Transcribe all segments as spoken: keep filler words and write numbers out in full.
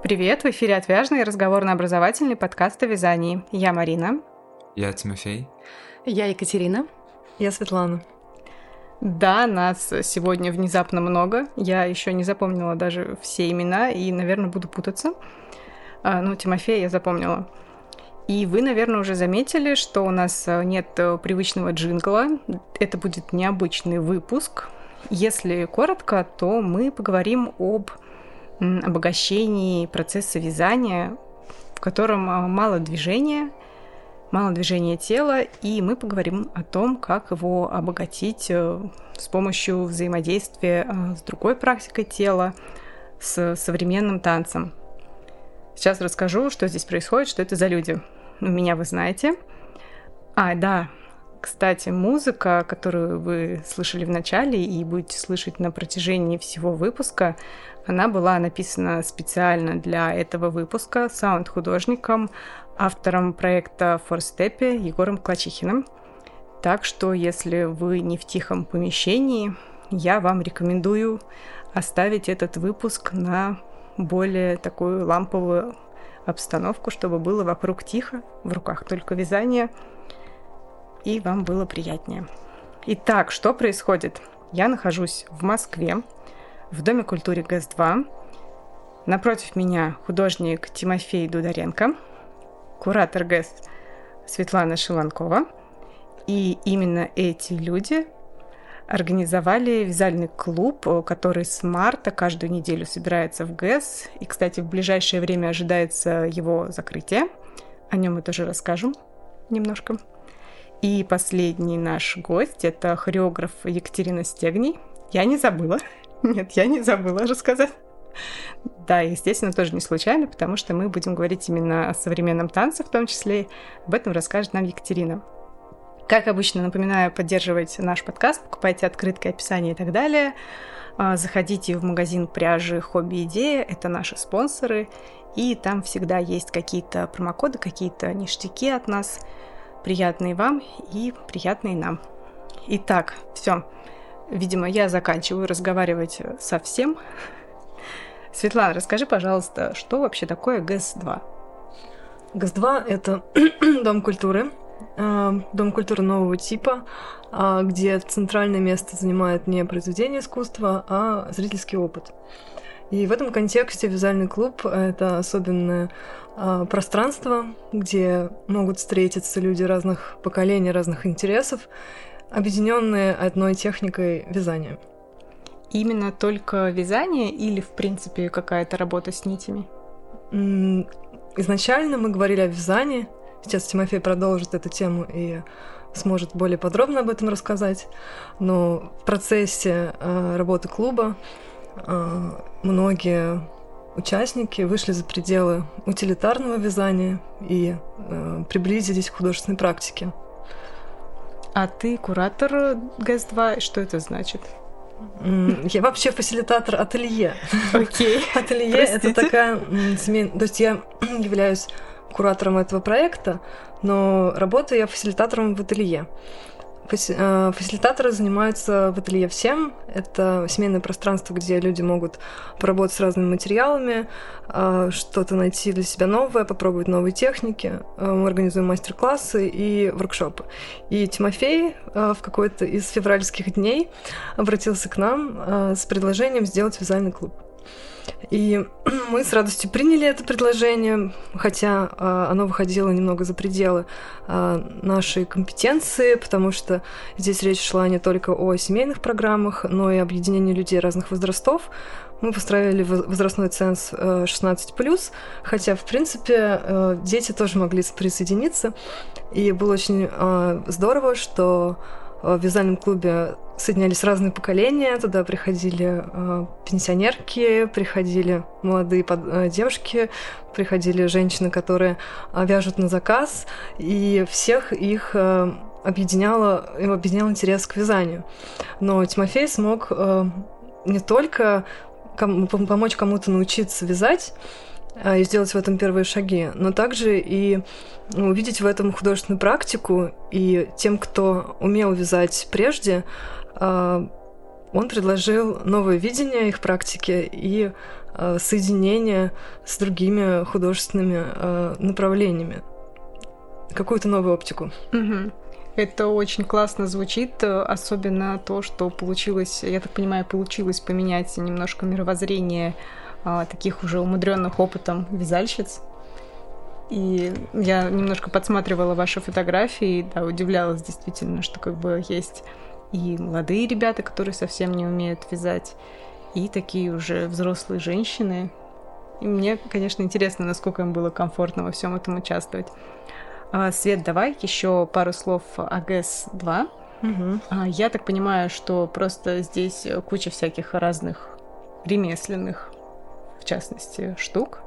Привет, в эфире «Отвяжный» разговорно-образовательный подкаст о вязании. Я Марина. Я Тимофей. Я Екатерина. Я Светлана. Да, нас сегодня внезапно много. Я еще не запомнила даже все имена и, наверное, буду путаться. А, ну, Тимофея я запомнила. И вы, наверное, уже заметили, что у нас нет привычного джингла. Это будет необычный выпуск. Если коротко, то мы поговорим об обогащении процесса вязания, в котором мало движения, мало движения тела, и мы поговорим о том, как его обогатить с помощью взаимодействия с другой практикой тела, с современным танцем. Сейчас расскажу, что здесь происходит, что это за люди. Меня вы знаете. А, да, кстати, музыка, которую вы слышали в начале и будете слышать на протяжении всего выпуска, она была написана специально для этого выпуска саунд-художником, автором проекта Форстепе Егором Клачихиным. Так что, если вы не в тихом помещении, я вам рекомендую оставить этот выпуск на более такую ламповую обстановку, чтобы было вокруг тихо, в руках только вязание, и вам было приятнее. Итак, что происходит? Я нахожусь в Москве, в Доме культуры ГЭС два. Напротив меня художник Тимофей Дударенко, куратор ГЭС Светлана Шиланкова. И именно эти люди организовали вязальный клуб, который с марта каждую неделю собирается в ГЭС. И, кстати, в ближайшее время ожидается его закрытие. О нем мы тоже расскажем немножко. И последний наш гость — это хореограф Екатерина Стегний. Я не забыла. Нет, я не забыла рассказать. Да, естественно, тоже не случайно, потому что мы будем говорить именно о современном танце, в том числе. Об этом расскажет нам Екатерина. Как обычно, напоминаю, поддерживайте наш подкаст, покупайте открытки, описание и так далее. Заходите в магазин пряжи «Хобби Идея», это наши спонсоры, и там всегда есть какие-то промокоды, какие-то ништяки от нас, приятные вам и приятные нам. Итак, все. Видимо, я заканчиваю разговаривать совсем. Светлана, расскажи, пожалуйста, что вообще такое ГЭС два? ГЭС два — это Дом культуры, Дом культуры нового типа, где центральное место занимает не произведение искусства, а зрительский опыт. И в этом контексте вязальный клуб — это особенное пространство, где могут встретиться люди разных поколений, разных интересов, объединенные одной техникой вязания. Именно только вязание или, в принципе, какая-то работа с нитями? Изначально мы говорили о вязании. Сейчас Тимофей продолжит эту тему и сможет более подробно об этом рассказать. Но в процессе э, работы клуба э, многие участники вышли за пределы утилитарного вязания и э, приблизились к художественной практике. А ты куратор ГЭС два, что это значит? Я вообще фасилитатор ателье. Окей. Okay. Ателье — это такая семейная... То есть я являюсь куратором этого проекта, но работаю я фасилитатором в ателье. Фасилитаторы занимаются в ателье всем. Это семейное пространство, где люди могут поработать с разными материалами, что-то найти для себя новое, попробовать новые техники. Мы организуем мастер-классы и воркшопы. И Тимофей в какой-то из февральских дней обратился к нам с предложением сделать вязальный клуб. И мы с радостью приняли это предложение, хотя э, оно выходило немного за пределы э, нашей компетенции, потому что здесь речь шла не только о семейных программах, но и объединении людей разных возрастов. Мы построили возрастной ценз э, шестнадцать плюс, хотя, в принципе, э, дети тоже могли присоединиться. И было очень э, здорово, что в вязальном клубе соединялись разные поколения, туда приходили э, пенсионерки, приходили молодые под, э, девушки, приходили женщины, которые э, вяжут на заказ, и всех их э, объединяло, им объединял интерес к вязанию. Но Тимофей смог э, не только кому, помочь кому-то научиться вязать, и сделать в этом первые шаги, но также и увидеть в этом художественную практику, и тем, кто умел вязать прежде, он предложил новое видение их практики и э, соединение с другими художественными э, направлениями, какую-то новую оптику. Угу. Это очень классно звучит, особенно то, что получилось, я так понимаю, получилось поменять немножко мировоззрение а, таких уже умудренных опытом вязальщиц. И я немножко подсматривала ваши фотографии, да, удивлялась действительно, что как бы есть и молодые ребята, которые совсем не умеют вязать, и такие уже взрослые женщины. И мне, конечно, интересно, насколько им было комфортно во всем этом участвовать. Свет, давай еще пару слов о ГЭС два. Угу. Я так понимаю, что просто здесь куча всяких разных ремесленных, в частности, штук.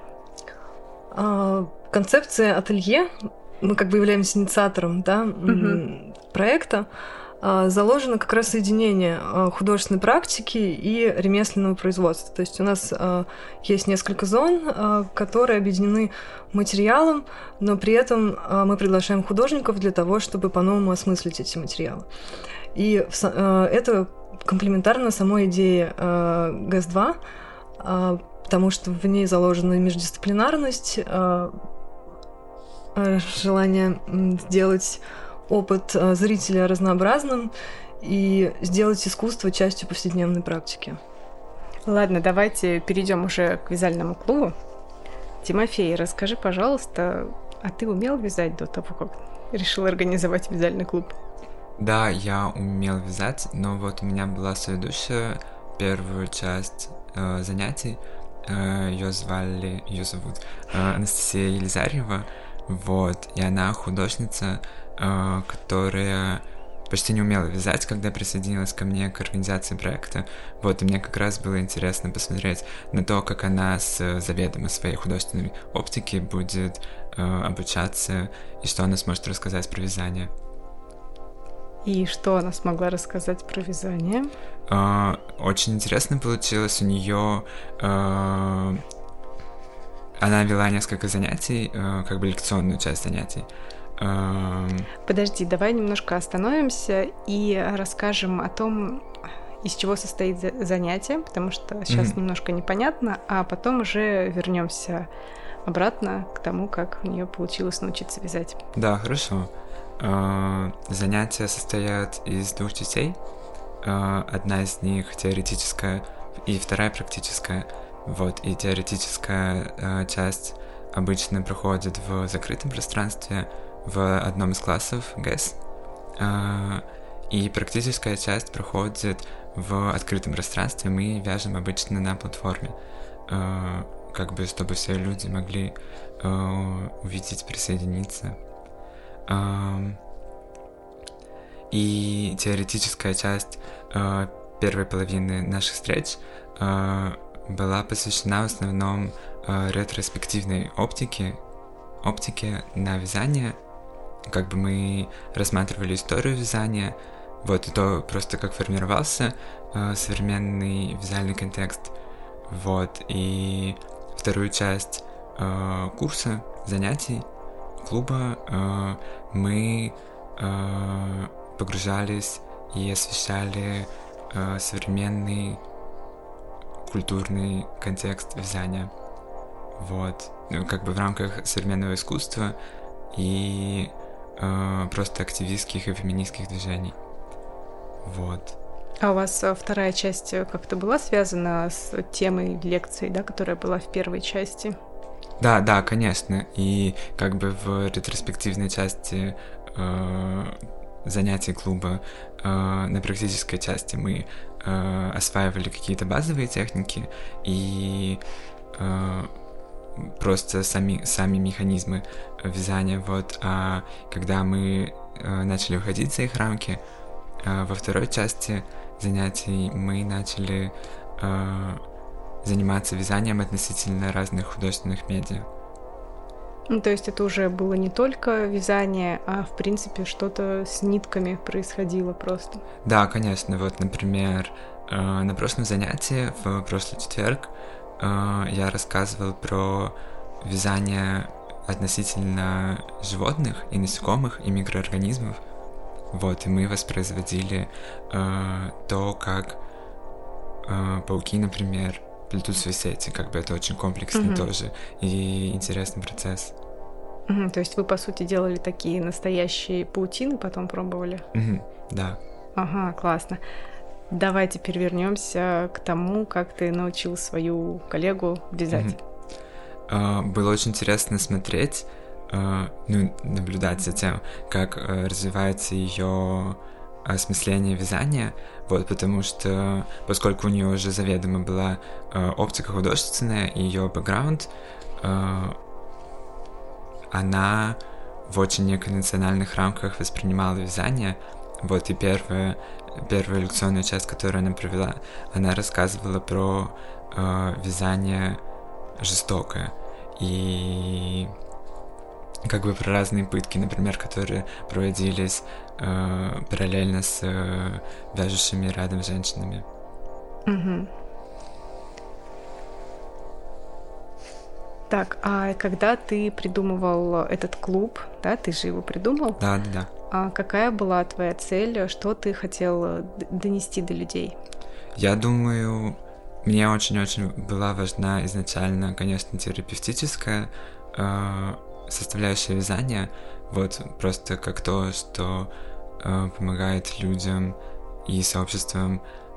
А, концепция ателье, мы как бы являемся инициатором, да, угу. проекта, заложено как раз соединение художественной практики и ремесленного производства. То есть у нас есть несколько зон, которые объединены материалом, но при этом мы приглашаем художников для того, чтобы по-новому осмыслить эти материалы. И это комплементарно самой идее ГЭС два, потому что в ней заложена междисциплинарность, желание сделать опыт зрителя разнообразным и сделать искусство частью повседневной практики. Ладно, давайте перейдем уже к вязальному клубу. Тимофей, расскажи, пожалуйста, а ты умел вязать до того, как решил организовать вязальный клуб? Да, я умел вязать, но вот у меня была соведущая первую часть э, занятий. Э, ее звали, ее зовут э, Анастасия Елизарьева. Вот, и она художница, э, которая почти не умела вязать, когда присоединилась ко мне к организации проекта. Вот, и мне как раз было интересно посмотреть на то, как она с заведомо своей художественной оптики будет э, обучаться, и что она сможет рассказать про вязание. И что она смогла рассказать про вязание? Э, очень интересно получилось. У нее... Э, она вела несколько занятий, э, как бы лекционную часть занятий. Э... Подожди, давай немножко остановимся и расскажем о том, из чего состоит занятие, потому что сейчас mm-hmm. немножко непонятно, а потом уже вернемся обратно к тому, как у нее получилось научиться вязать. Да, хорошо. Э, занятия состоят из двух частей. Э, одна из них теоретическая и вторая практическая. Вот, и теоретическая э, часть обычно проходит в закрытом пространстве в одном из классов ГЭС. Э, и практическая часть проходит в открытом пространстве. Мы вяжем обычно на платформе, э, как бы чтобы все люди могли э, увидеть, присоединиться. Э, и теоретическая часть э, первой половины наших встреч э, была посвящена в основном э, ретроспективной оптике, оптике на вязание. Как бы мы рассматривали историю вязания, вот, и то просто как формировался э, современный вязальный контекст. Вот, и вторую часть э, курса, занятий, клуба э, мы э, погружались и освещали э, современный культурный контекст вязания. Вот. Ну, как бы в рамках современного искусства и э, просто активистских и феминистских движений. Вот. А у вас вторая часть как-то была связана с темой лекции, да, которая была в первой части? Да, да, конечно. И как бы в ретроспективной части э, занятий клуба э, на практической части мы э, осваивали какие-то базовые техники и э, просто сами, сами механизмы вязания. Вот. А когда мы э, начали выходить за их рамки, э, во второй части занятий мы начали э, заниматься вязанием относительно разных художественных медиа. Ну, то есть это уже было не только вязание, а в принципе что-то с нитками происходило просто. Да, конечно. Вот, например, э, на прошлом занятии, в прошлый четверг, э, я рассказывал про вязание относительно животных и насекомых, и микроорганизмов. Вот, и мы воспроизводили э, то, как э, пауки, например, плетут свои сети, как бы это очень комплексный mm-hmm. тоже и интересный процесс. Mm-hmm. То есть вы, по сути, делали такие настоящие паутины, потом пробовали? Mm-hmm. Да. Ага, классно. Давай теперь вернемся к тому, как ты научил свою коллегу вязать. Mm-hmm. Uh, было очень интересно смотреть, uh, ну, наблюдать за тем, как uh, развивается ее осмысление вязания, вот, потому что, поскольку у нее уже заведомо была uh, оптика художественная и ее бэкграунд, uh, она в очень неконвенциональных рамках воспринимала вязание, вот, и первая, первая лекционная часть, которую она провела, она рассказывала про э, вязание жестокое и как бы про разные пытки, например, которые проводились э, параллельно с э, вяжущими рядом женщинами. Угу. Так, а когда ты придумывал этот клуб, да, ты же его придумал? Да, да, да. А какая была твоя цель, что ты хотел донести до людей? Я думаю, мне очень-очень была важна изначально, конечно, терапевтическая э, составляющая вязания, вот просто как то, что э, помогает людям и сообществам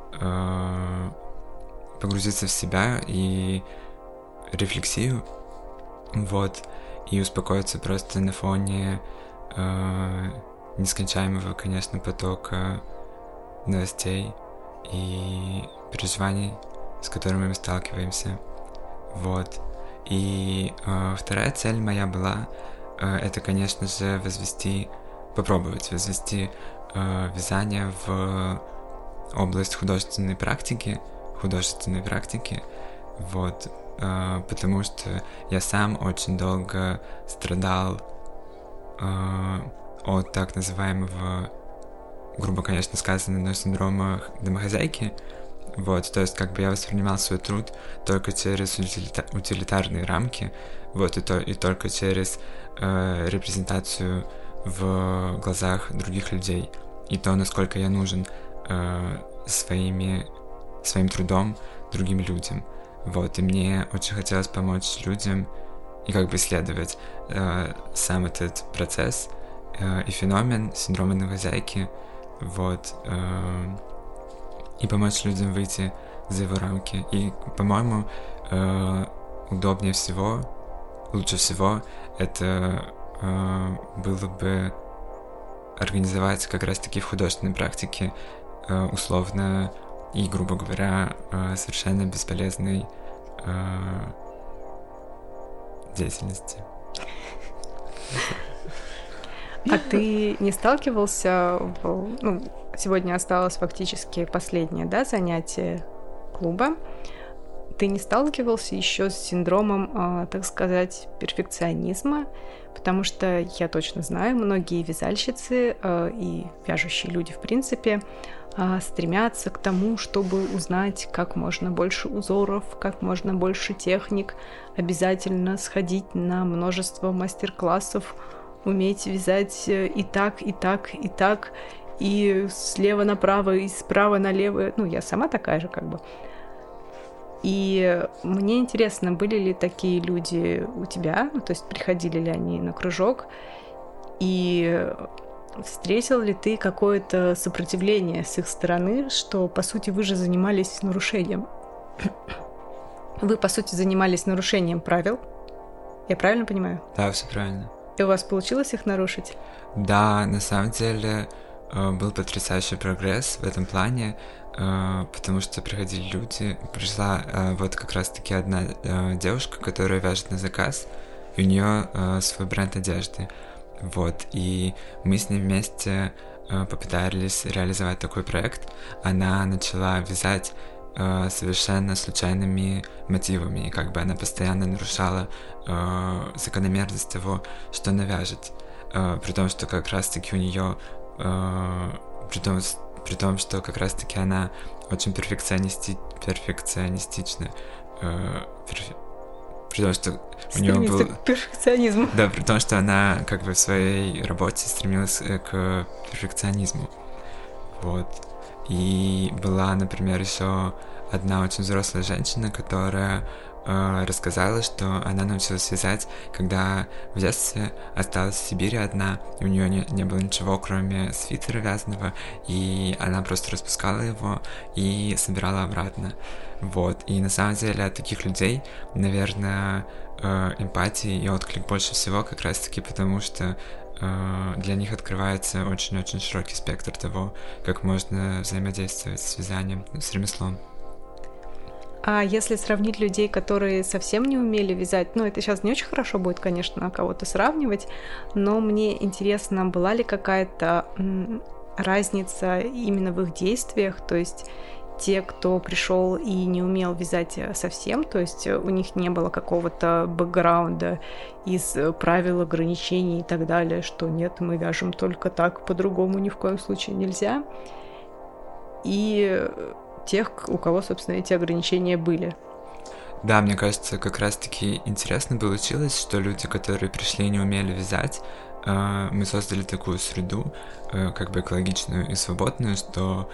э, погрузиться в себя и рефлексию, вот, и успокоиться просто на фоне э, нескончаемого, конечно, потока новостей и переживаний, с которыми мы сталкиваемся, вот. И э, вторая цель моя была, э, это, конечно же, возвести, попробовать возвести э, вязание в область художественной практики, художественной практики, вот, э, потому что я сам очень долго страдал э, от так называемого, грубо, конечно, сказано, но синдрома домохозяйки, вот, то есть как бы я воспринимал свой труд только через утилита- утилитарные рамки, вот, и, то, и только через э, репрезентацию в глазах других людей, и то, насколько я нужен э, своими, своим трудом другим людям, вот, и мне очень хотелось помочь людям и как бы исследовать э, сам этот процесс э, и феномен синдрома домохозяйки, вот, э, и помочь людям выйти за его рамки. И, по-моему, э, удобнее всего, лучше всего это э, было бы организовать как раз-таки в художественной практике э, условно и, грубо говоря, э, совершенно бесполезной э, деятельности. А ты не сталкивался, в, ну, сегодня осталось фактически последнее, да, занятие клуба, ты не сталкивался еще с синдромом, э, так сказать, перфекционизма, потому что я точно знаю, многие вязальщицы э, и вяжущие люди, в принципе, э, стремятся к тому, чтобы узнать как можно больше узоров, как можно больше техник, обязательно сходить на множество мастер-классов, уметь вязать и так, и так, и так, и слева направо, и справа налево. Ну, я сама такая же, как бы. И мне интересно, были ли такие люди у тебя, ну, то есть приходили ли они на кружок, и встретил ли ты какое-то сопротивление с их стороны, что, по сути, вы же занимались нарушением. Вы, по сути, занимались нарушением правил. Я правильно понимаю? Да, все правильно. И у вас получилось их нарушить? Да, на самом деле был потрясающий прогресс в этом плане, потому что приходили люди, пришла вот как раз-таки одна девушка, которая вяжет на заказ, и у нее свой бренд одежды, вот, и мы с ней вместе попытались реализовать такой проект. Она начала вязать совершенно случайными мотивами, и как бы она постоянно нарушала э, закономерность того, что она вяжет, э, при том, что как раз-таки у нее, э, при, том, при том, что как раз-таки она очень перфекционисти, перфекционистична, э, перф... при том, что у нее был... к перфекционизму. Да, при том, что она как бы в своей работе стремилась к перфекционизму. Вот. И была, например, еще одна очень взрослая женщина, которая э, рассказала, что она научилась вязать, когда в детстве осталась в Сибири одна, и у нее не, не было ничего, кроме свитера вязаного, и она просто распускала его и собирала обратно. Вот. И на самом деле от таких людей, наверное, э, эмпатии и отклик больше всего как раз-таки потому, что для них открывается очень-очень широкий спектр того, как можно взаимодействовать с вязанием, с ремеслом. А если сравнить людей, которые совсем не умели вязать, ну, это сейчас не очень хорошо будет, конечно, кого-то сравнивать, но мне интересно, была ли какая-то м, разница именно в их действиях, то есть те, кто пришел и не умел вязать совсем, то есть у них не было какого-то бэкграунда из правил, ограничений и так далее, что нет, мы вяжем только так, по-другому ни в коем случае нельзя. И тех, у кого, собственно, эти ограничения были. Да, мне кажется, как раз-таки интересно получилось, что люди, которые пришли и не умели вязать, мы создали такую среду, как бы экологичную и свободную, что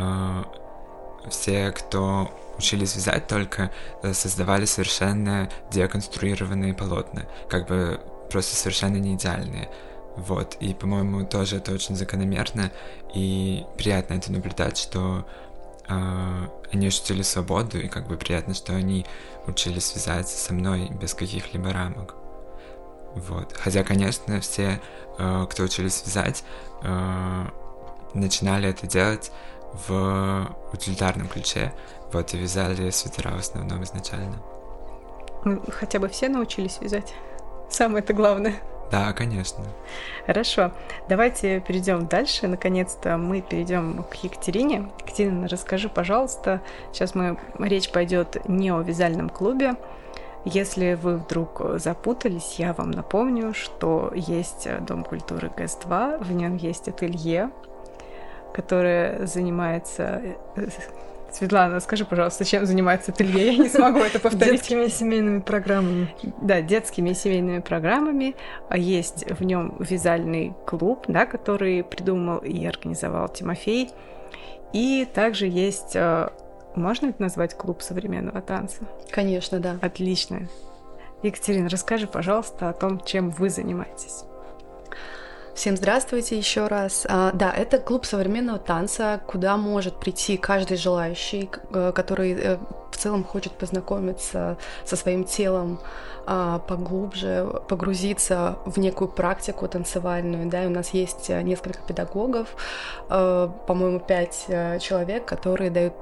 все, кто учились вязать только, создавали совершенно деконструированные полотна, как бы просто совершенно не идеальные. Вот, и, по-моему, тоже это очень закономерно, и приятно это наблюдать, что э, они ощутили свободу, и как бы приятно, что они учились вязать со мной без каких-либо рамок. Вот. Хотя, конечно, все, э, кто учились вязать, э, начинали это делать в утилитарном ключе, вот, и вязали свитера в основном изначально. Хотя бы все научились вязать. Самое-то главное. Да, конечно. Хорошо. Давайте перейдем дальше. Наконец-то мы перейдем к Екатерине. Екатерина, расскажи, пожалуйста. Сейчас мы речь пойдет не о вязальном клубе. Если вы вдруг запутались, я вам напомню, что есть Дом культуры ГЭС два, в нем есть ателье, которое занимается... Светлана, скажи, пожалуйста, чем занимается ателье? Я не смогу это повторить. Детскими и семейными программами. Да, детскими и семейными программами. Есть в нем вязальный клуб, да, который придумал и организовал Тимофей. И также есть... Можно это назвать клуб современного танца? Конечно, да. Отлично. Екатерина, расскажи, пожалуйста, о том, чем вы занимаетесь. Всем здравствуйте еще раз. А, да, это клуб современного танца, куда может прийти каждый желающий, который в целом хочет познакомиться со своим телом а, поглубже, погрузиться в некую практику танцевальную. Да, и у нас есть несколько педагогов, а, по-моему, пять человек, которые дают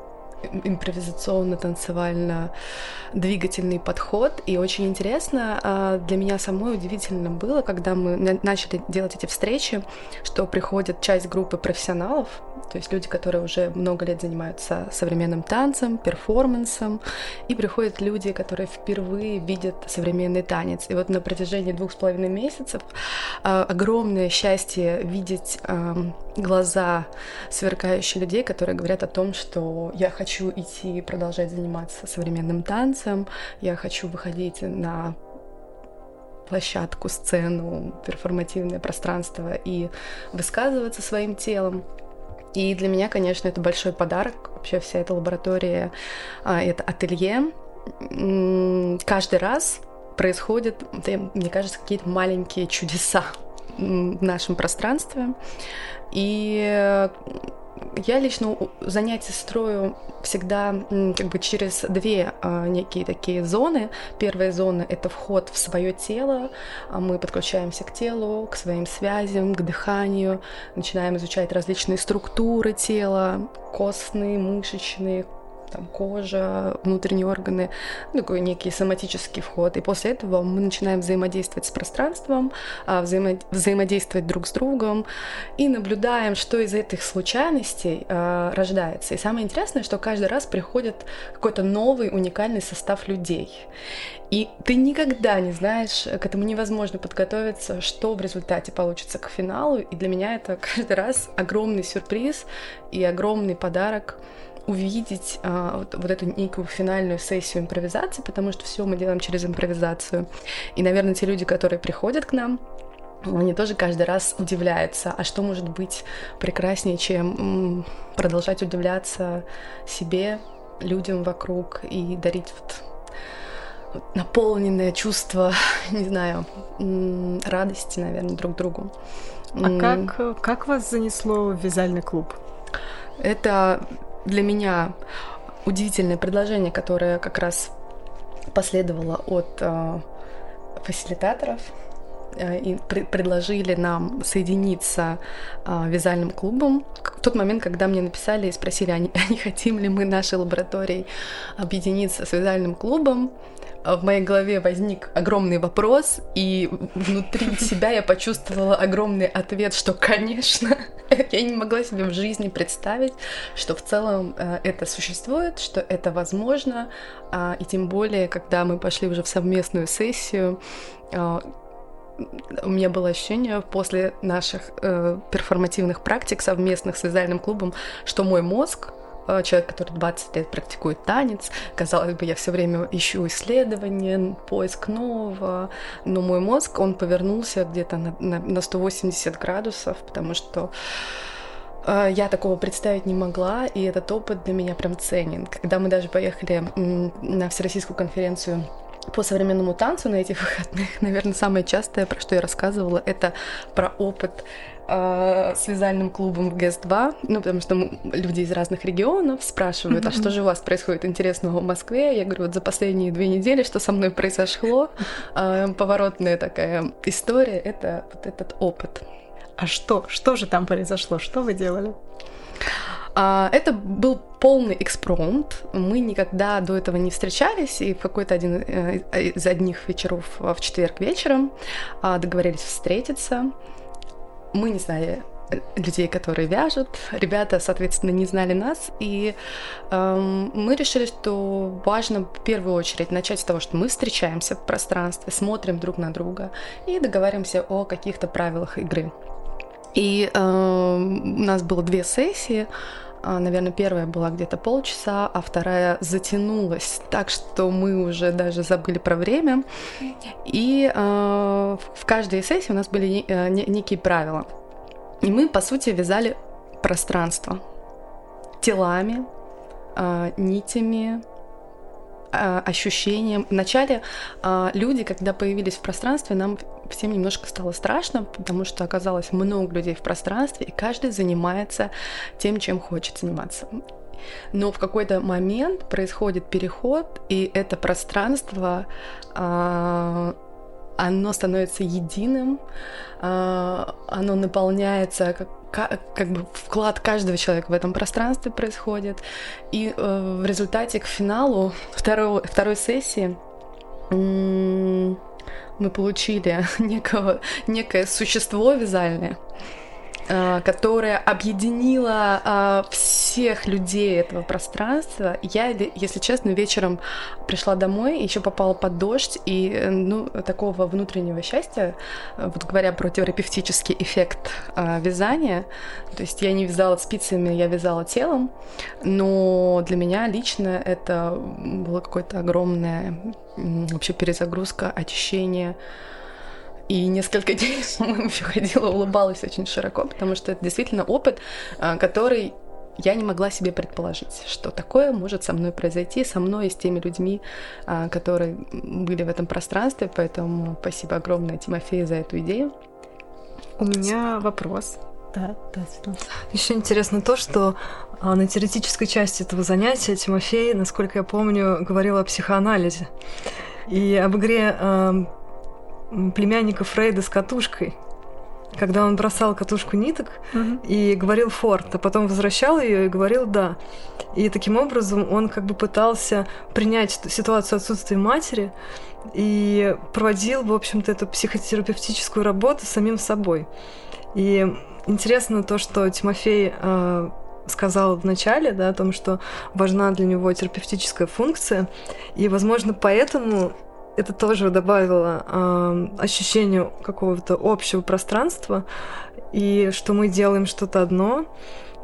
импровизационно-танцевально-двигательный подход. И очень интересно, для меня самой удивительно было, когда мы начали делать эти встречи, что приходит часть группы профессионалов, то есть люди, которые уже много лет занимаются современным танцем, перформансом, и приходят люди, которые впервые видят современный танец. И вот на протяжении двух с половиной месяцев огромное счастье видеть глаза сверкающих людей, которые говорят о том, что я хочу идти и продолжать заниматься современным танцем, я хочу выходить на площадку, сцену, перформативное пространство и высказываться своим телом. И для меня, конечно, это большой подарок. Вообще вся эта лаборатория, это ателье. Каждый раз происходят, мне кажется, какие-то маленькие чудеса в нашем пространстве. И я лично занятия строю всегда как бы через две а, некие такие зоны. Первая зона — это вход в свое тело. Мы подключаемся к телу, к своим связям, к дыханию, начинаем изучать различные структуры тела, костные, мышечные, там, кожа, внутренние органы, такой некий соматический вход. И после этого мы начинаем взаимодействовать с пространством, взаимо- взаимодействовать друг с другом и наблюдаем, что из этих случайностей э, рождается. И самое интересное, что каждый раз приходит какой-то новый уникальный состав людей. И ты никогда не знаешь, к этому невозможно подготовиться, что в результате получится к финалу. И для меня это каждый раз огромный сюрприз и огромный подарок увидеть а, вот, вот эту некую финальную сессию импровизации, потому что все мы делаем через импровизацию. И, наверное, те люди, которые приходят к нам, они тоже каждый раз удивляются, а что может быть прекраснее, чем м, продолжать удивляться себе, людям вокруг и дарить вот, вот наполненное чувство, не знаю, м, радости, наверное, друг другу. А как, как вас занесло в вязальный клуб? Это для меня удивительное предложение, которое как раз последовало от э, фасилитаторов, э, и пр- предложили нам соединиться э, вязальным клубом. В тот момент, когда мне написали и спросили, а не, а не хотим ли мы нашей лабораторией объединиться с вязальным клубом, в моей голове возник огромный вопрос, и внутри себя я почувствовала огромный ответ, что, конечно, я не могла себе в жизни представить, что в целом это существует, что это возможно, и тем более, когда мы пошли уже в совместную сессию, у меня было ощущение после наших перформативных практик совместных с вязальным клубом, что мой мозг, человек, который двадцать лет практикует танец, казалось бы, я все время ищу исследования, поиск нового, но мой мозг, он повернулся где-то на, на, на сто восемьдесят градусов, потому что э, я такого представить не могла, и этот опыт для меня прям ценен. Когда мы даже поехали м, на Всероссийскую конференцию по современному танцу на этих выходных, наверное, самое частое, про что я рассказывала, это про опыт с вязальным клубом в ГЭС два, ну, потому что люди из разных регионов спрашивают, mm-hmm. а что же у вас происходит интересного в Москве? Я говорю, вот за последние две недели, что со мной произошло, поворотная такая история, это вот этот опыт. А что? Что же там произошло? Что вы делали? Это был полный экспромт. Мы никогда до этого не встречались, и в какой-то один из одних вечеров в четверг вечером договорились встретиться. Мы не знали людей, которые вяжут, ребята, соответственно, не знали нас, и эм, мы решили, что важно в первую очередь начать с того, что мы встречаемся в пространстве, смотрим друг на друга и договариваемся о каких-то правилах игры. И эм, у нас было две сессии. Наверное, первая была где-то полчаса, а вторая затянулась так, что мы уже даже забыли про время. И э, в каждой сессии у нас были не, э, некие правила. И мы, по сути, вязали пространство телами, э, нитями, э, ощущением. Вначале э, люди, когда появились в пространстве, нам всем немножко стало страшно, потому что оказалось много людей в пространстве, и каждый занимается тем, чем хочет заниматься. Но в какой-то момент происходит переход, и это пространство, э, оно становится единым, э, оно наполняется, как, как, как бы вклад каждого человека в этом пространстве происходит. И э, в результате к финалу второй, второй сессии м- мы получили некого, некое существо вязальное, которое объединило всех людей этого пространства. Я, если честно, вечером пришла домой, еще попала под дождь, и ну, такого внутреннего счастья, вот говоря про терапевтический эффект вязания, то есть я не вязала спицами, я вязала телом, но для меня лично это было какое-то огромное вообще перезагрузка, очищение. И несколько дней, по-моему, еще ходила, улыбалась очень широко, потому что это действительно опыт, который я не могла себе предположить, что такое может со мной произойти, со мной и с теми людьми, которые были в этом пространстве. Поэтому спасибо огромное, Тимофею, за эту идею. У меня вопрос. Да, да, Светлана. Еще интересно то, что на теоретической части этого занятия Тимофей, насколько я помню, говорил о психоанализе и об игре племянника Фрейда с катушкой, когда он бросал катушку ниток mm-hmm. и говорил «форт», а потом возвращал ее и говорил «да». И таким образом он как бы пытался принять ситуацию отсутствия матери и проводил, в общем-то, эту психотерапевтическую работу с самим собой. И интересно то, что Тимофей э, сказал в начале, да, о том, что важна для него терапевтическая функция, и, возможно, поэтому это тоже добавило э, ощущение какого-то общего пространства, и что мы делаем что-то одно,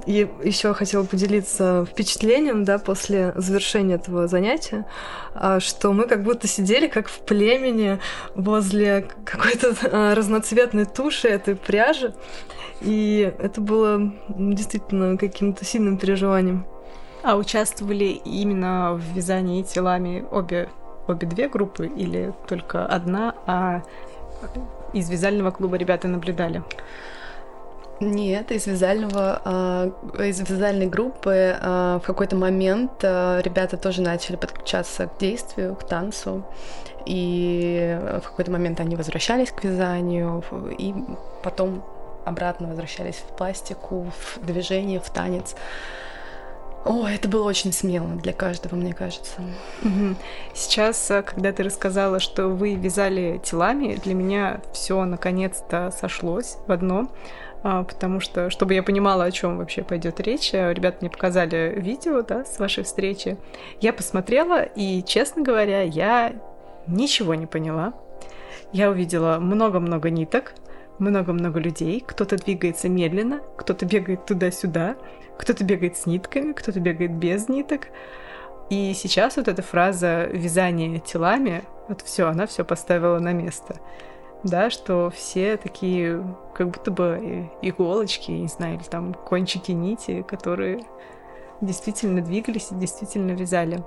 И еще хотела поделиться впечатлением, да, после завершения этого занятия, что мы как будто сидели как в племени возле какой-то разноцветной туши этой пряжи. И это было действительно каким-то сильным переживанием. А участвовали именно в вязании телами обе, обе две группы или только одна, а из вязального клуба ребята наблюдали? Нет, из вязального, из вязальной группы в какой-то момент ребята тоже начали подключаться к действию, к танцу, и в какой-то момент они возвращались к вязанию, и потом обратно возвращались в пластику, в движение, в танец. О, это было очень смело для каждого, мне кажется. Угу. Сейчас, когда ты рассказала, что вы вязали телами, для меня все наконец-то сошлось в одно. Потому что, чтобы я понимала, о чем вообще пойдет речь, ребята мне показали видео, да, с вашей встречи. Я посмотрела, и, честно говоря, я ничего не поняла. Я увидела много-много ниток, много-много людей. Кто-то двигается медленно, кто-то бегает туда-сюда, кто-то бегает с нитками, кто-то бегает без ниток. И сейчас вот эта фраза «вязание телами», вот все, она все поставила на место. Да, что все такие, как будто бы иголочки, не знаю, или там кончики нити, которые действительно двигались и действительно вязали.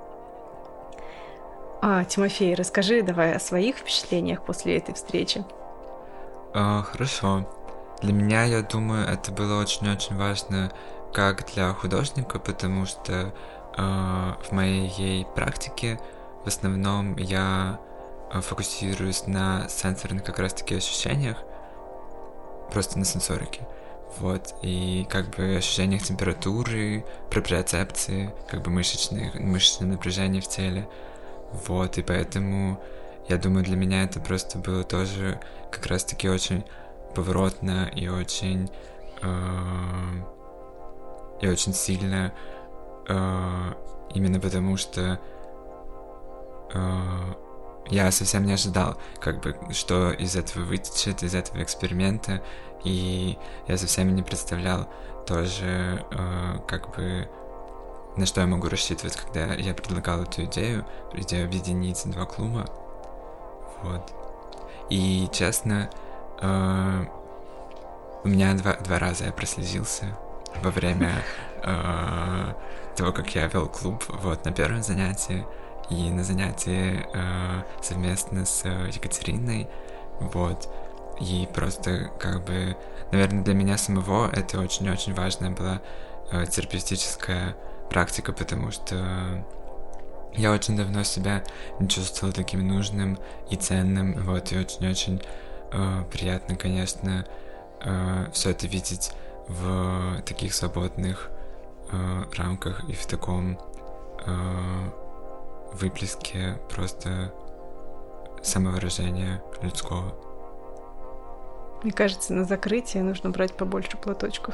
А, Тимофей, расскажи давай о своих впечатлениях после этой встречи. А, хорошо. Для меня, я думаю, это было очень-очень важно как для художника, потому что а, в моей практике в основном я фокусируюсь на сенсорных как раз-таки ощущениях, просто на сенсорике, вот, и как бы ощущениях температуры, проприоцепции, как бы мышечных, мышечное напряжение в теле, вот, и поэтому, я думаю, для меня это просто было тоже как раз-таки очень поворотно и очень, э, и очень сильно, э, именно потому что э, я совсем не ожидал, как бы, что из этого вытечет, из этого эксперимента, и я совсем не представлял тоже, э, как бы, на что я могу рассчитывать, когда я предлагал эту идею, идею объединить два клуба, вот. И, честно, э, у меня два, два раза я прослезился во время э, того, как я вел клуб, вот, на первом занятии, и на занятии э, совместно с Екатериной, вот, и просто, как бы, наверное, для меня самого это очень-очень важная была э, терапевтическая практика, потому что я очень давно себя не чувствовал таким нужным и ценным, вот, и очень-очень э, приятно, конечно, э, все это видеть в таких свободных э, рамках и в таком э, выплеске просто самовыражения людского. Мне кажется, на закрытие нужно брать побольше платочков.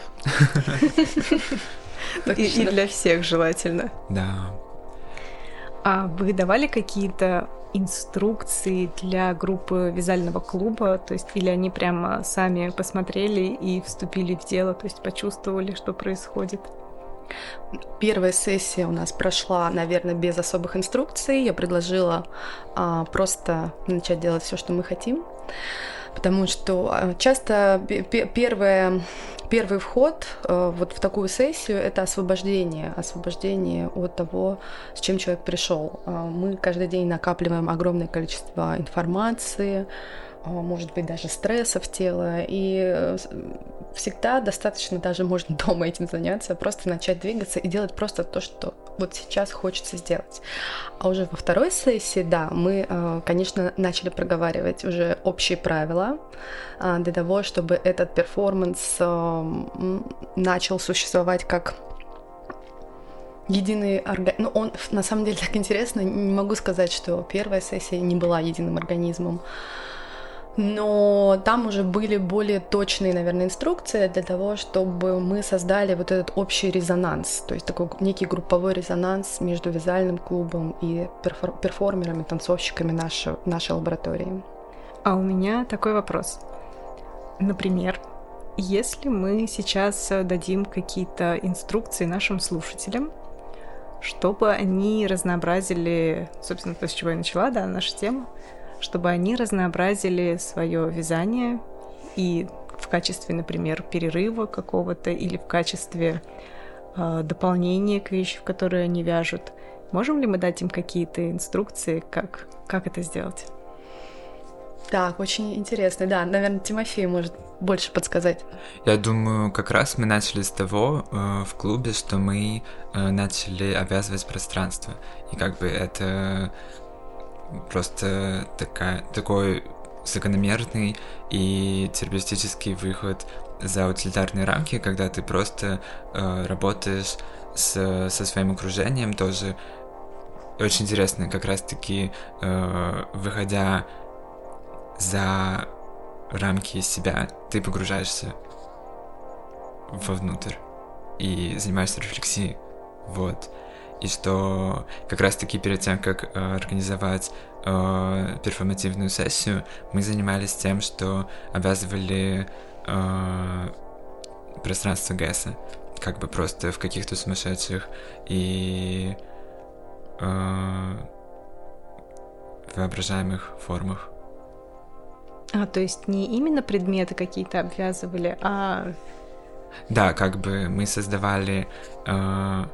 И для всех желательно. Да. А вы давали какие-то инструкции для группы вязального клуба? То есть, или они прямо сами посмотрели и вступили в дело, то есть почувствовали, что происходит? Первая сессия у нас прошла, наверное, без особых инструкций. Я предложила а, просто начать делать все, что мы хотим, потому что часто первое, первый вход а, вот в такую сессию — это освобождение, освобождение от того, с чем человек пришел. А, мы каждый день накапливаем огромное количество информации, может быть, даже стресса в тело, и всегда достаточно даже можно дома этим заняться, просто начать двигаться и делать просто то, что вот сейчас хочется сделать. А уже во второй сессии, да, мы, конечно, начали проговаривать уже общие правила для того, чтобы этот перформанс начал существовать как единый организм. Ну, он на самом деле так интересно, не могу сказать, что первая сессия не была единым организмом, но там уже были более точные, наверное, инструкции для того, чтобы мы создали вот этот общий резонанс, то есть такой некий групповой резонанс между вязальным клубом и перфор- перформерами, танцовщиками нашей, нашей лаборатории. А у меня такой вопрос. Например, если мы сейчас дадим какие-то инструкции нашим слушателям, чтобы они разнообразили, собственно, то, с чего я начала, да, наша тема, чтобы они разнообразили свое вязание и в качестве, например, перерыва какого-то или в качестве э, дополнения к вещи, в которые они вяжут. Можем ли мы дать им какие-то инструкции, как, как это сделать? Так, очень интересно. Да, наверное, Тимофей может больше подсказать. Я думаю, как раз мы начали с того э, в клубе, что мы э, начали обвязывать пространство. И как бы это просто такая, такой закономерный и терапевтический выход за утилитарные рамки, когда ты просто э, работаешь с, со своим окружением тоже. И очень интересно, как раз-таки э, выходя за рамки себя, ты погружаешься вовнутрь и занимаешься рефлексией, вот. И что как раз-таки перед тем, как э, организовать э, перформативную сессию, мы занимались тем, что обвязывали э, пространство ГЭСа, как бы просто в каких-то сумасшедших и э, воображаемых формах. А, то есть не именно предметы какие-то обвязывали, а... Да, как бы мы создавали... Э,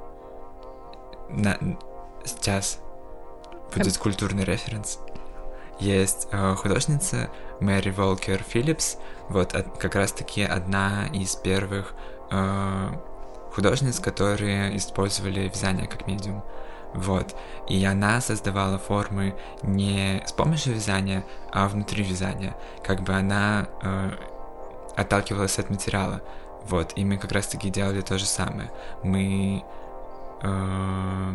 на, сейчас будет культурный референс. Есть э, художница Мэри Волкер Филлипс, вот от, как раз-таки одна из первых э, художниц, которые использовали вязание как медиум. Вот. И она создавала формы не с помощью вязания, а внутри вязания. Как бы она э, отталкивалась от материала. Вот. И мы как раз-таки делали то же самое. Мы э,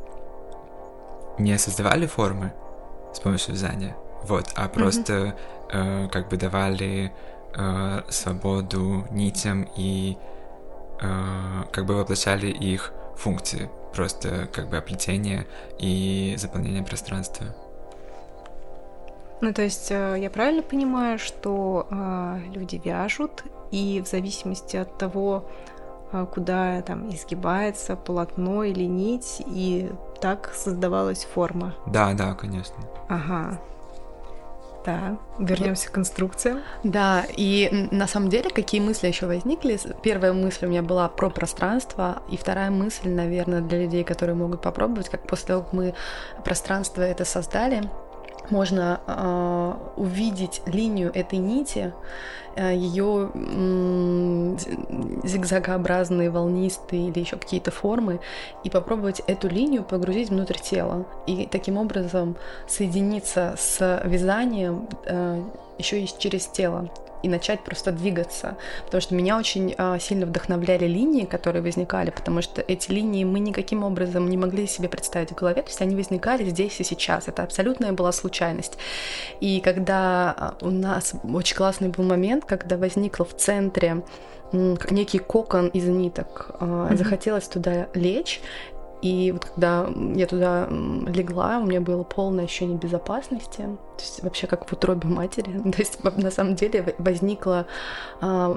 не создавали формы с помощью вязания, вот, а просто mm-hmm. э, как бы давали э, свободу нитям и э, как бы воплощали их функции. Просто как бы оплетение и заполнение пространства. Ну, то есть я правильно понимаю, что э, люди вяжут, и в зависимости от того, э, куда там изгибается полотно или нить, и так создавалась форма. Да, да, конечно. Ага. Да, вернемся к конструкциям. Да, и на самом деле, какие мысли еще возникли? Первая мысль у меня была про пространство, и вторая мысль, наверное, для людей, которые могут попробовать, как после того, как мы пространство это создали, можно э, увидеть линию этой нити, э, ее э, зигзагообразные, волнистые или еще какие-то формы, и попробовать эту линию погрузить внутрь тела. И таким образом соединиться с вязанием э, еще и через тело. И начать просто двигаться. Потому что меня очень а, сильно вдохновляли линии, которые возникали, потому что эти линии мы никаким образом не могли себе представить в голове, то есть они возникали здесь и сейчас. Это абсолютная была случайность. И когда у нас очень классный был момент, когда возникло в центре некий кокон из ниток, mm-hmm. захотелось туда лечь. И вот когда я туда легла, у меня было полное ощущение безопасности, то есть вообще как в утробе матери. То есть на самом деле возникла, а,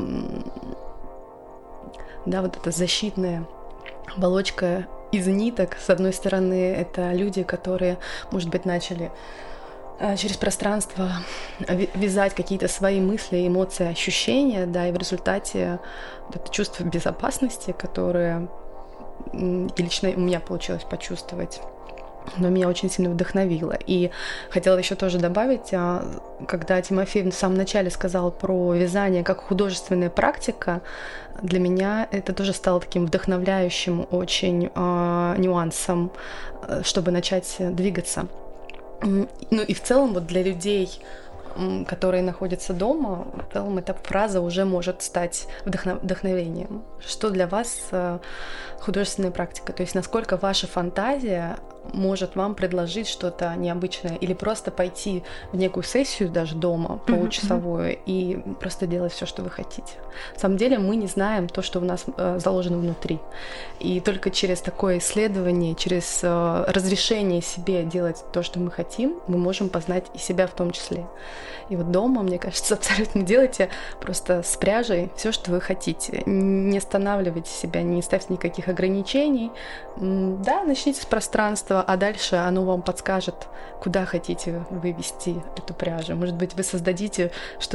да, вот эта защитная оболочка из ниток. С одной стороны, это люди, которые, может быть, начали через пространство вязать какие-то свои мысли, эмоции, ощущения, да, и в результате вот это чувство безопасности, которое и лично у меня получилось почувствовать, но меня очень сильно вдохновило. И хотела еще тоже добавить, когда Тимофей в самом начале сказал про вязание как художественная практика, для меня это тоже стало таким вдохновляющим очень э, нюансом, чтобы начать двигаться. Ну и в целом вот для людей, которые находятся дома, в целом эта фраза уже может стать вдохнов... вдохновением. Что для вас художественная практика? То есть насколько ваша фантазия может вам предложить что-то необычное или просто пойти в некую сессию даже дома, получасовую, mm-hmm. и просто делать все, что вы хотите. На самом деле мы не знаем то, что у нас э, заложено внутри. И только через такое исследование, через э, разрешение себе делать то, что мы хотим, мы можем познать и себя в том числе. И вот дома, мне кажется, абсолютно делайте просто с пряжей все, что вы хотите. Не останавливайте себя, не ставьте никаких ограничений. Да, начните с пространства, а дальше оно вам подскажет, куда хотите вывести эту пряжу. Может быть, вы создадите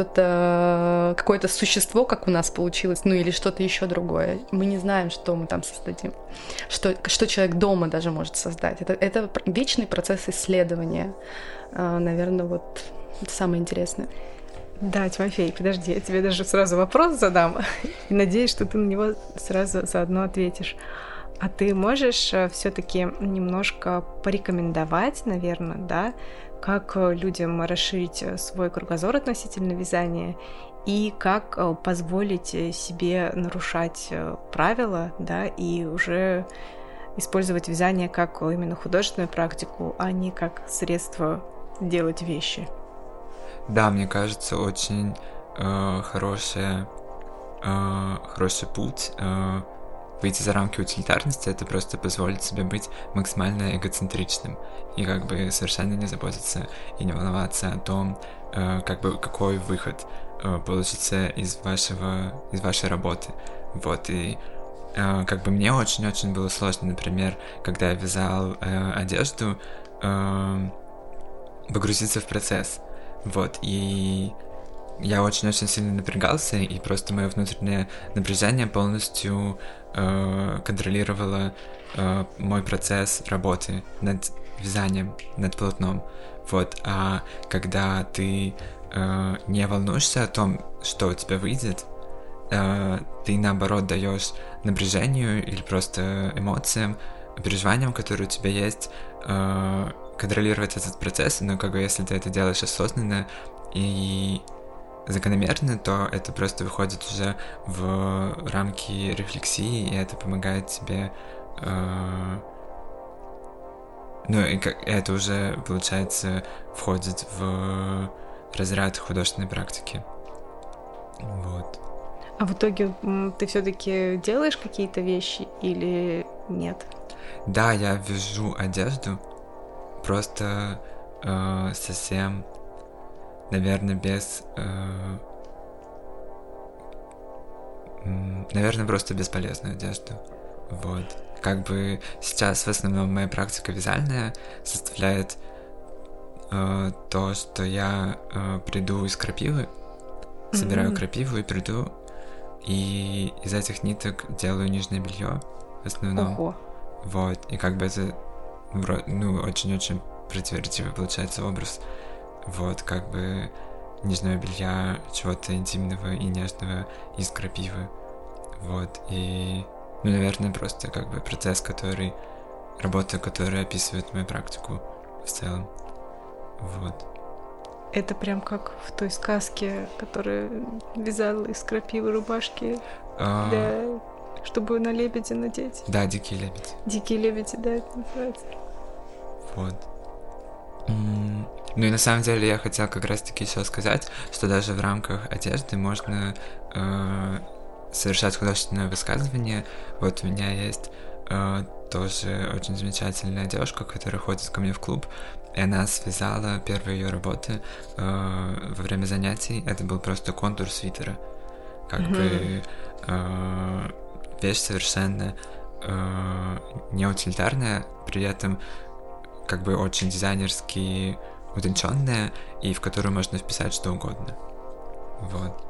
что-то, какое-то существо, как у нас получилось, ну или что-то еще другое. Мы не знаем, что мы там создадим, что, что человек дома даже может создать. Это, это вечный процесс исследования. Наверное, вот это самое интересное. Да, Тимофей, подожди, я тебе даже сразу вопрос задам, и надеюсь, что ты на него сразу заодно ответишь. А ты можешь все-таки немножко порекомендовать, наверное, да, как людям расширить свой кругозор относительно вязания и как позволить себе нарушать правила, да, и уже использовать вязание как именно художественную практику, а не как средство делать вещи? Да, мне кажется, очень э, хорошая, э, хороший путь э, выйти за рамки утилитарности — это просто позволить себе быть максимально эгоцентричным и как бы совершенно не заботиться и не волноваться о том, э, как бы какой выход э, получится из вашего, из вашей работы. Вот, и э, как бы мне очень-очень было сложно, например, когда я вязал э, одежду, э, погрузиться в процесс. Вот, и я очень-очень сильно напрягался, и просто мое внутреннее напряжение полностью э, контролировало э, мой процесс работы над вязанием, над полотном. Вот, а когда ты э, не волнуешься о том, что у тебя выйдет, э, ты наоборот даешь напряжению или просто эмоциям, переживаниям, которые у тебя есть, э, контролировать этот процесс, но как бы если ты это делаешь осознанно и закономерно, то это просто выходит уже в рамки рефлексии, и это помогает тебе, э, ну и как, это уже, получается, входит в разряд художественной практики. Вот. А в итоге ты все-таки делаешь какие-то вещи или нет? Да, я вяжу одежду, просто э, совсем, наверное, без... Э, наверное, просто бесполезную одежду. Вот. Как бы сейчас в основном моя практика вязальная составляет э, то, что я э, приду из крапивы, собираю mm-hmm. крапиву и приду, и из этих ниток делаю нижнее белье в основном. Ого. Вот. И как бы это... ну, очень-очень противоречивый получается образ, вот, как бы нижнего белья, чего-то интимного и нежного из крапивы, вот, и, ну, наверное, просто как бы процесс, который, работа, которая описывает мою практику в целом, вот. Это прям как в той сказке, которая вязала из крапивы рубашки а... для... чтобы на лебеди надеть. Да, дикие лебеди. Дикие лебеди, да, это называется. Вот. Mm. Ну и на самом деле я хотел как раз-таки еще сказать, что даже в рамках одежды можно э, совершать художественное высказывание. Вот у меня есть э, тоже очень замечательная девушка, которая ходит ко мне в клуб, и она связала первые ее работы э, во время занятий. Это был просто контур свитера. Как mm-hmm. бы... Э, вещь совершенно э, неутилитарная, при этом как бы очень дизайнерски утонченная, и в которую можно вписать что угодно. Вот.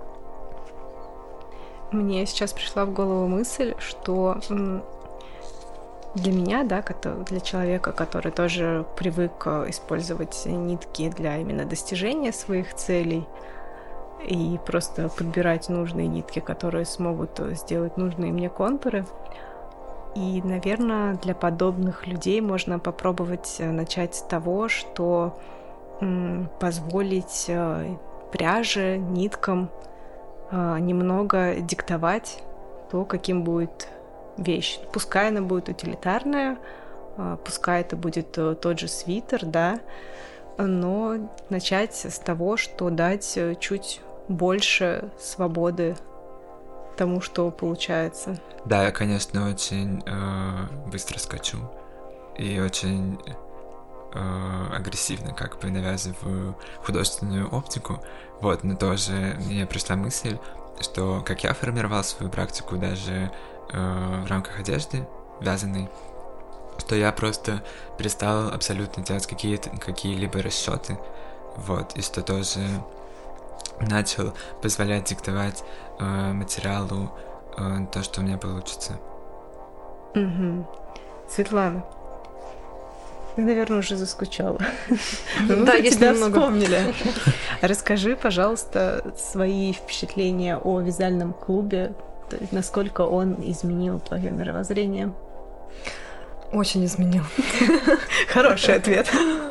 Мне сейчас пришла в голову мысль, что для меня, да, для человека, который тоже привык использовать нитки для именно достижения своих целей, и просто подбирать нужные нитки, которые смогут сделать нужные мне контуры. И, наверное, для подобных людей можно попробовать начать с того, что м, позволить э, пряже, ниткам э, немного диктовать то, каким будет вещь. Пускай она будет утилитарная, пускай это будет тот же свитер, да, но начать с того, что дать чуть больше свободы тому, что получается. Да, я, конечно, очень э, быстро скачу и очень э, агрессивно как бы навязываю художественную оптику, вот, но тоже мне пришла мысль, что как я формировал свою практику даже э, в рамках одежды вязаной, что я просто перестал абсолютно делать какие-то, какие-либо расчеты, вот, и что тоже начал позволять диктовать э, материалу э, то, что у меня получится. Угу. Светлана, ты, наверное, уже заскучала. Да, есть немного. Вспомнили. Расскажи, пожалуйста, свои впечатления о вязальном клубе, насколько он изменил твое мировоззрение. Очень изменил. Хороший ответ.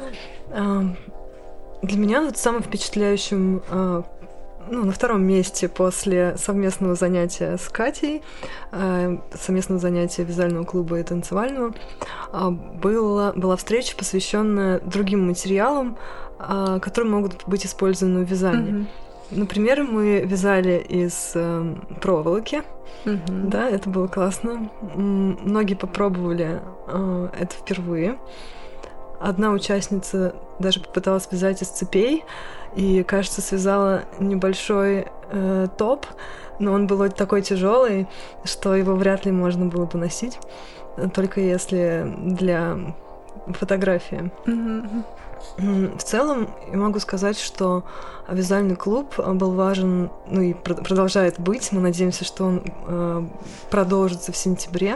Для меня вот самым впечатляющим, ну, на втором месте после совместного занятия с Катей, совместного занятия вязального клуба и танцевального, была, была встреча, посвященная другим материалам, которые могут быть использованы в вязании. Mm-hmm. Например, мы вязали из э, проволоки, mm-hmm. да, это было классно. Многие попробовали э, это впервые. Одна участница даже попыталась вязать из цепей и, кажется, связала небольшой э, топ, но он был такой тяжелый, что его вряд ли можно было бы носить, только если для фотографии. Mm-hmm. В целом, я могу сказать, что вязальный клуб был важен, ну и продолжает быть. Мы надеемся, что он э, продолжится в сентябре.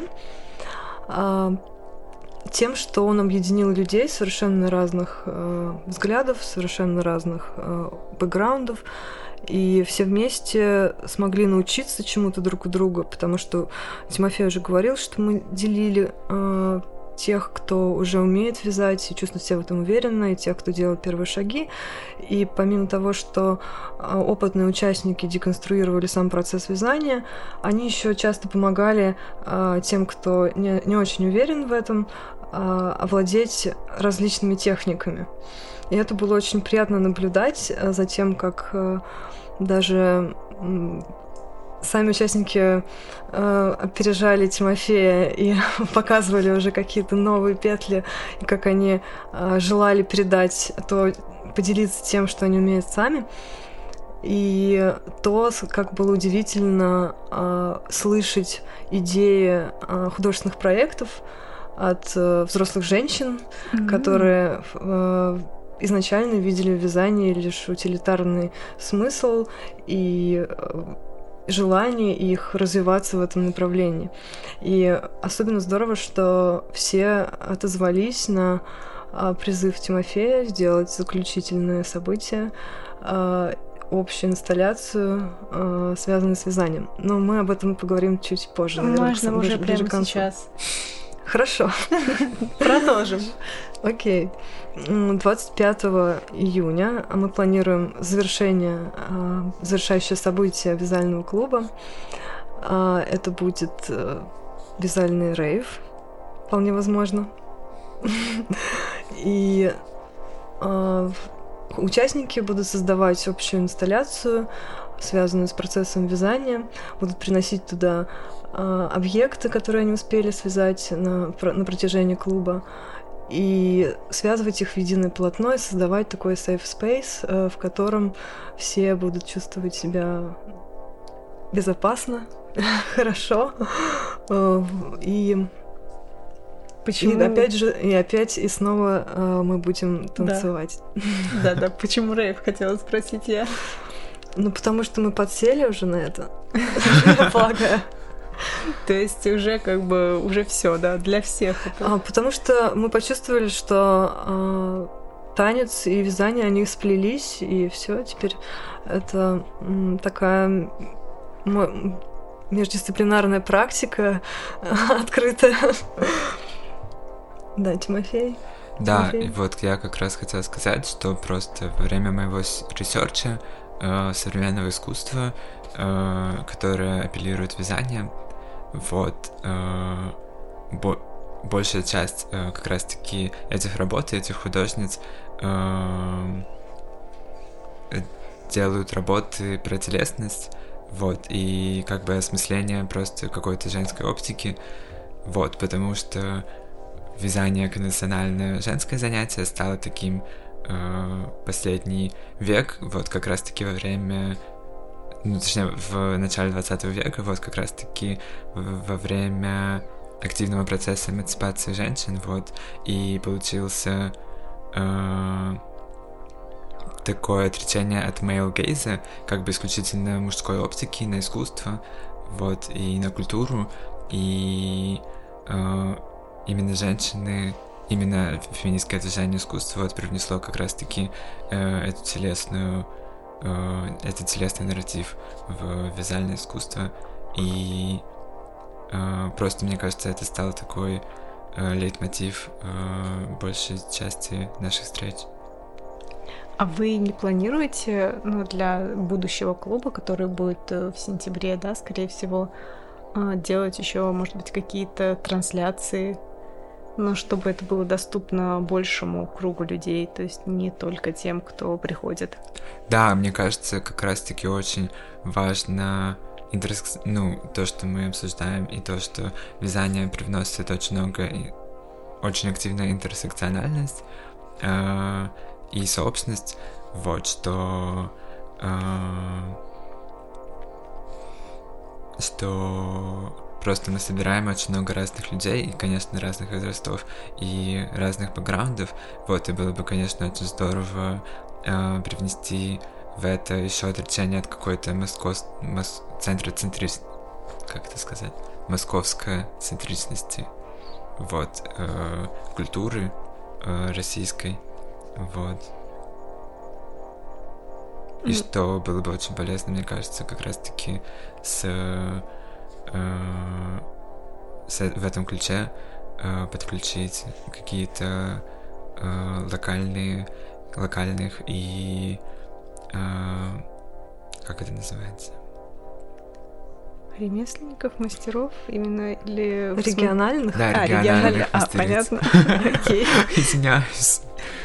Э, тем, что он объединил людей совершенно разных э, взглядов, совершенно разных э, бэкграундов, и все вместе смогли научиться чему-то друг у друга, потому что Тимофей уже говорил, что мы делили э, тех, кто уже умеет вязать и чувствует себя в этом уверенно, и тех, кто делает первые шаги. И помимо того, что опытные участники деконструировали сам процесс вязания, они еще часто помогали а, тем, кто не, не очень уверен в этом, а, овладеть различными техниками. И это было очень приятно наблюдать за тем, как а, даже сами участники э, опережали Тимофея и показывали уже какие-то новые петли, и как они э, желали передать, то поделиться тем, что они умеют сами. И то, как было удивительно э, слышать идеи э, художественных проектов от э, взрослых женщин, mm-hmm. которые э, изначально видели в вязании лишь утилитарный смысл и э, желание их развиваться в этом направлении. И особенно здорово, что все отозвались на а, призыв Тимофея сделать заключительное событие, а, общую инсталляцию, а, связанную с вязанием. Но мы об этом поговорим чуть позже. Наверное, можно уже прямо сейчас. Хорошо. Продолжим. Окей. двадцать пятого июня мы планируем завершение, завершающее событие вязального клуба. Это будет вязальный рейв, вполне возможно. И участники будут создавать общую инсталляцию, связанную с процессом вязания, будут приносить туда объекты, которые они успели связать на, на протяжении клуба, и связывать их в единое полотно и создавать такой safe space, в котором все будут чувствовать себя безопасно, хорошо. И почему? И опять же, и опять и снова мы будем танцевать. Да, да. Почему рейв, хотела спросить я. Ну, потому что мы подсели уже на это, я полагаю. То есть уже как бы уже все, да, для всех это. А, потому что мы почувствовали, что а, танец и вязание, они сплелись, и все, теперь это м, такая м, междисциплинарная практика открытая. Да, Тимофей. Да, Тимофей. И вот я как раз хотела сказать, что просто во время моего ресерча э, современного искусства, э, которое апеллирует вязание, вот, э, бо- большая часть э, как раз-таки этих работ, этих художниц э, делают работы про телесность, вот, и как бы осмысление просто какой-то женской оптики, вот, потому что вязание как национальное женское занятие стало таким э, последний век, вот, как раз-таки во время, ну, точнее, в начале двадцатого века, вот, как раз-таки во время активного процесса эмансипации женщин, вот, и получился э, такое отречение от male gaze, как бы исключительно мужской оптики на искусство, вот, и на культуру, и э, именно женщины, именно феминистское движение искусства вот привнесло как раз-таки э, эту телесную, э, этот телесный нарратив в вязальное искусство, и Uh, просто, мне кажется, это стало такой uh, лейтмотив uh, большей части наших встреч. А вы не планируете, ну, для будущего клуба, который будет в сентябре, да, скорее всего, делать еще, может быть, какие-то трансляции, ну, чтобы это было доступно большему кругу людей, то есть не только тем, кто приходит? Да, мне кажется, как раз-таки очень важно Интерс... ну, то, что мы обсуждаем, и то, что вязание привносит очень много, и очень активная интерсекциональность э, и собственность, вот, что э, что просто мы собираем очень много разных людей, и, конечно, разных возрастов, и разных бэкграундов, вот, и было бы, конечно, очень здорово э, привнести в это еще отречение от какой-то москов... мос... центра центричности, как это сказать, московской центричности, вот, э, культуры э, российской, вот. И mm. что было бы очень полезно, мне кажется, как раз-таки с, э, с в этом ключе э, подключить какие-то э, локальные, локальных и Uh, как это называется? Ремесленников, мастеров именно или... Региональных? Да, а, региональных А, мастериц. понятно. Окей. Извиняюсь.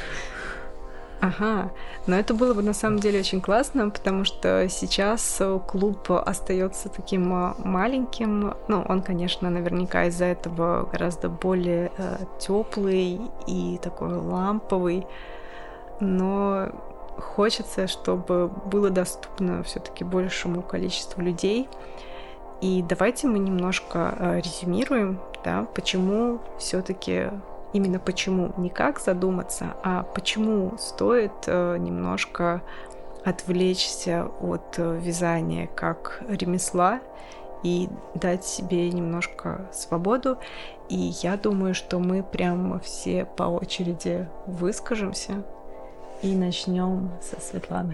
Ага, но это было бы на самом деле очень классно, потому что сейчас клуб остается таким маленьким. Ну, он, конечно, наверняка из-за этого гораздо более э, теплый и такой ламповый, но хочется, чтобы было доступно все-таки большему количеству людей. И давайте мы немножко э, резюмируем, да, почему все-таки, именно почему, не как задуматься, а почему стоит э, немножко отвлечься от э, вязания как ремесла и дать себе немножко свободу. И я думаю, что мы прям все по очереди выскажемся. И начнем со Светланы.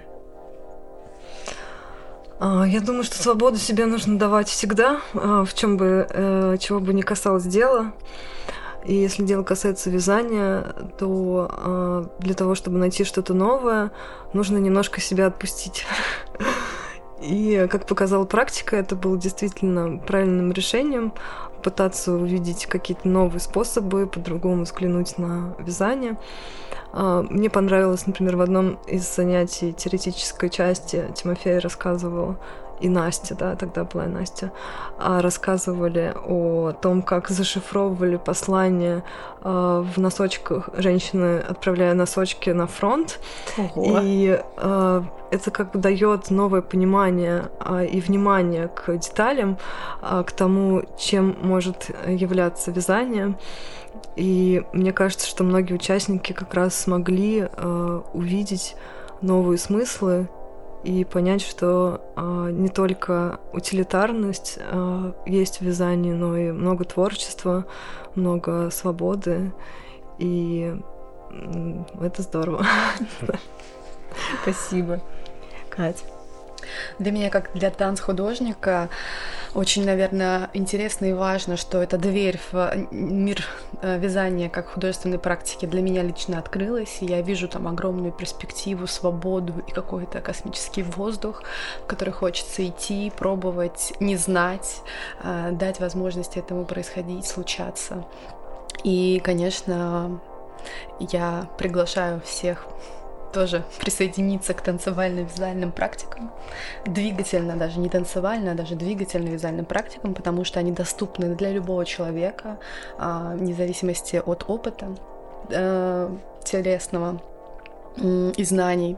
Я думаю, что свободу себе нужно давать всегда, в чем бы, чего бы ни касалось дела. И если дело касается вязания, то для того, чтобы найти что-то новое, нужно немножко себя отпустить. И, как показала практика, это было действительно правильным решением пытаться увидеть какие-то новые способы, по-другому взглянуть на вязание. Мне понравилось, например, в одном из занятий теоретической части Тимофей рассказывал, и Настя, да, тогда была и Настя, рассказывали о том, как зашифровывали послания в носочках, женщины, отправляя носочки на фронт. Ого. И это как бы дает новое понимание и внимание к деталям, к тому, чем может являться вязание. И мне кажется, что многие участники как раз смогли э, увидеть новые смыслы и понять, что э, не только утилитарность э, есть в вязании, но и много творчества, много свободы, и э, это здорово. Спасибо. Кать? Для меня, как для танцхудожника, очень, наверное, интересно и важно, что эта дверь в мир вязания как художественной практики для меня лично открылась, и я вижу там огромную перспективу, свободу и какой-то космический воздух, в который хочется идти, пробовать, не знать, дать возможность этому происходить, случаться. И, конечно, я приглашаю всех тоже присоединиться к танцевально-вязальным практикам, двигательно, даже не танцевально, а даже двигательно-вязальным практикам, потому что они доступны для любого человека, вне зависимости от опыта телесного и знаний.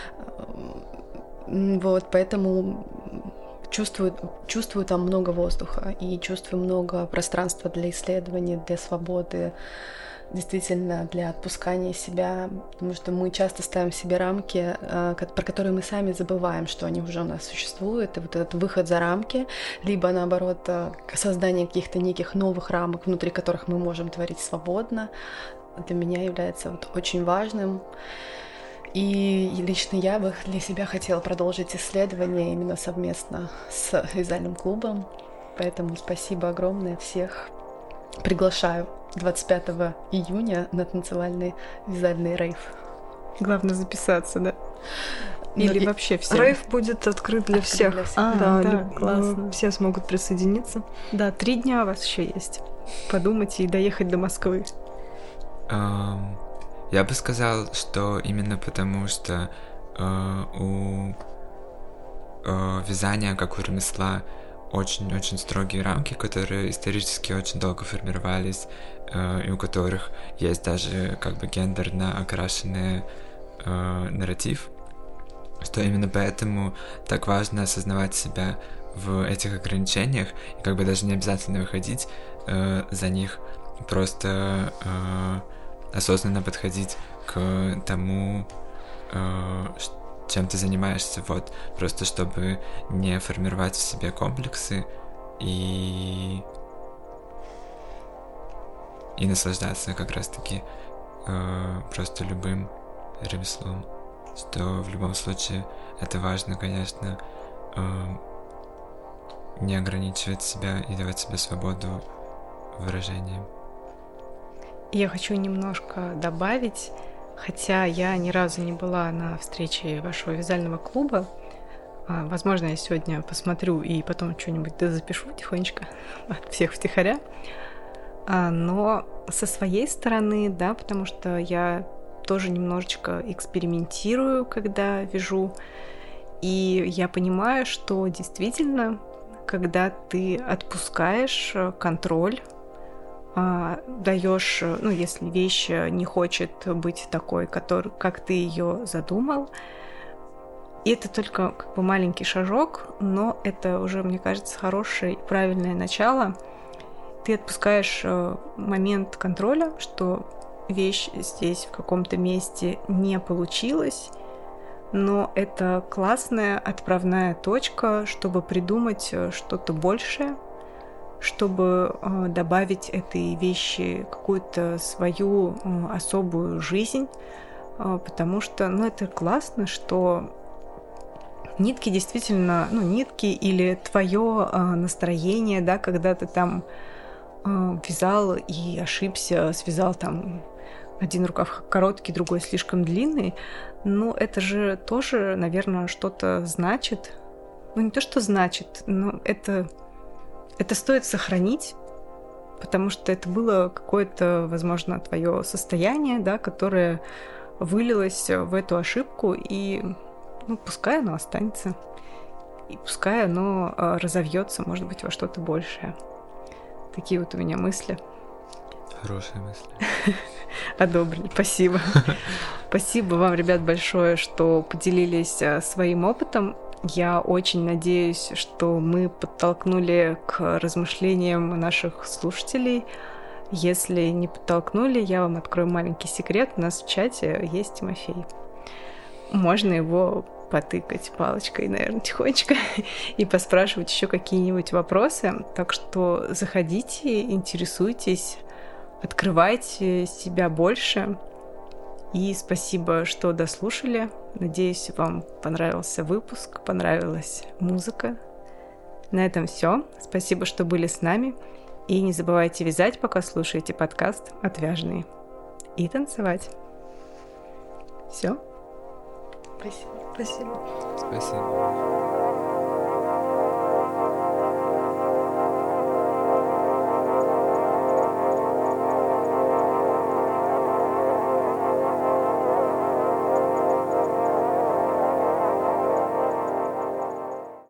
Вот, поэтому чувствую, чувствую там много воздуха и чувствую много пространства для исследования, для свободы, действительно для отпускания себя, потому что мы часто ставим себе рамки, про которые мы сами забываем, что они уже у нас существуют, и вот этот выход за рамки, либо наоборот создание каких-то неких новых рамок, внутри которых мы можем творить свободно, для меня является вот очень важным. И лично я бы для себя хотела продолжить исследование именно совместно с вязальным клубом, поэтому спасибо огромное, всех приглашаю двадцать пятого июня на танцевальный вязальный рейв. Главное записаться, да? Или Ну, вообще все? Рейв будет открыт для Открыт всех. для всех. А, да, да, люб- классно. Все смогут присоединиться. Да, три дня у вас еще есть. Подумайте и доехать до Москвы. Эм, Я бы сказал, что именно потому, что э, у э, вязания, как у ремесла, очень-очень строгие рамки, которые исторически очень долго формировались, э, и у которых есть даже как бы гендерно окрашенный э, нарратив, что именно поэтому так важно осознавать себя в этих ограничениях, и как бы даже не обязательно выходить э, за них, просто э, осознанно подходить к тому, э, чем ты занимаешься, вот, просто чтобы не формировать в себе комплексы и и наслаждаться как раз-таки э, просто любым ремеслом, что в любом случае это важно, конечно, э, не ограничивать себя и давать себе свободу выражения. Я хочу немножко добавить, хотя я ни разу не была на встрече вашего вязального клуба. А, возможно, я сегодня посмотрю и потом что-нибудь запишу тихонечко от всех втихаря. А, но со своей стороны, да, потому что я тоже немножечко экспериментирую, когда вяжу, и я понимаю, что действительно, когда ты отпускаешь контроль, даешь, ну, если вещь не хочет быть такой, который, как ты ее задумал, и это только как бы маленький шажок, но это уже, мне кажется, хорошее и правильное начало. Ты отпускаешь момент контроля, что вещь здесь в каком-то месте не получилась, но это классная отправная точка, чтобы придумать что-то большее, чтобы э, добавить этой вещи какую-то свою э, особую жизнь, э, потому что, ну, это классно, что нитки действительно, ну, нитки или твое э, настроение, да, когда ты там э, вязал и ошибся, связал там один рукав короткий, другой слишком длинный, ну, это же тоже, наверное, что-то значит. Ну, не то, что значит, но это... Это стоит сохранить, потому что это было какое-то, возможно, твое состояние, да, которое вылилось в эту ошибку, и, ну, пускай оно останется, и пускай оно разовьется, может быть, во что-то большее. Такие вот у меня мысли. Хорошие мысли. Одобрили, спасибо. Спасибо вам, ребят, большое, что поделились своим опытом. Я очень надеюсь, что мы подтолкнули к размышлениям наших слушателей. Если не подтолкнули, я вам открою маленький секрет. У нас в чате есть Тимофей. Можно его потыкать палочкой, наверное, тихонечко и поспрашивать еще какие-нибудь вопросы. Так что заходите, интересуйтесь, открывайте себя больше. И спасибо, что дослушали. Надеюсь, вам понравился выпуск, понравилась музыка. На этом все. Спасибо, что были с нами. И не забывайте вязать, пока слушаете подкаст «Отвяжные». И танцевать. Все. Спасибо. Спасибо. Спасибо.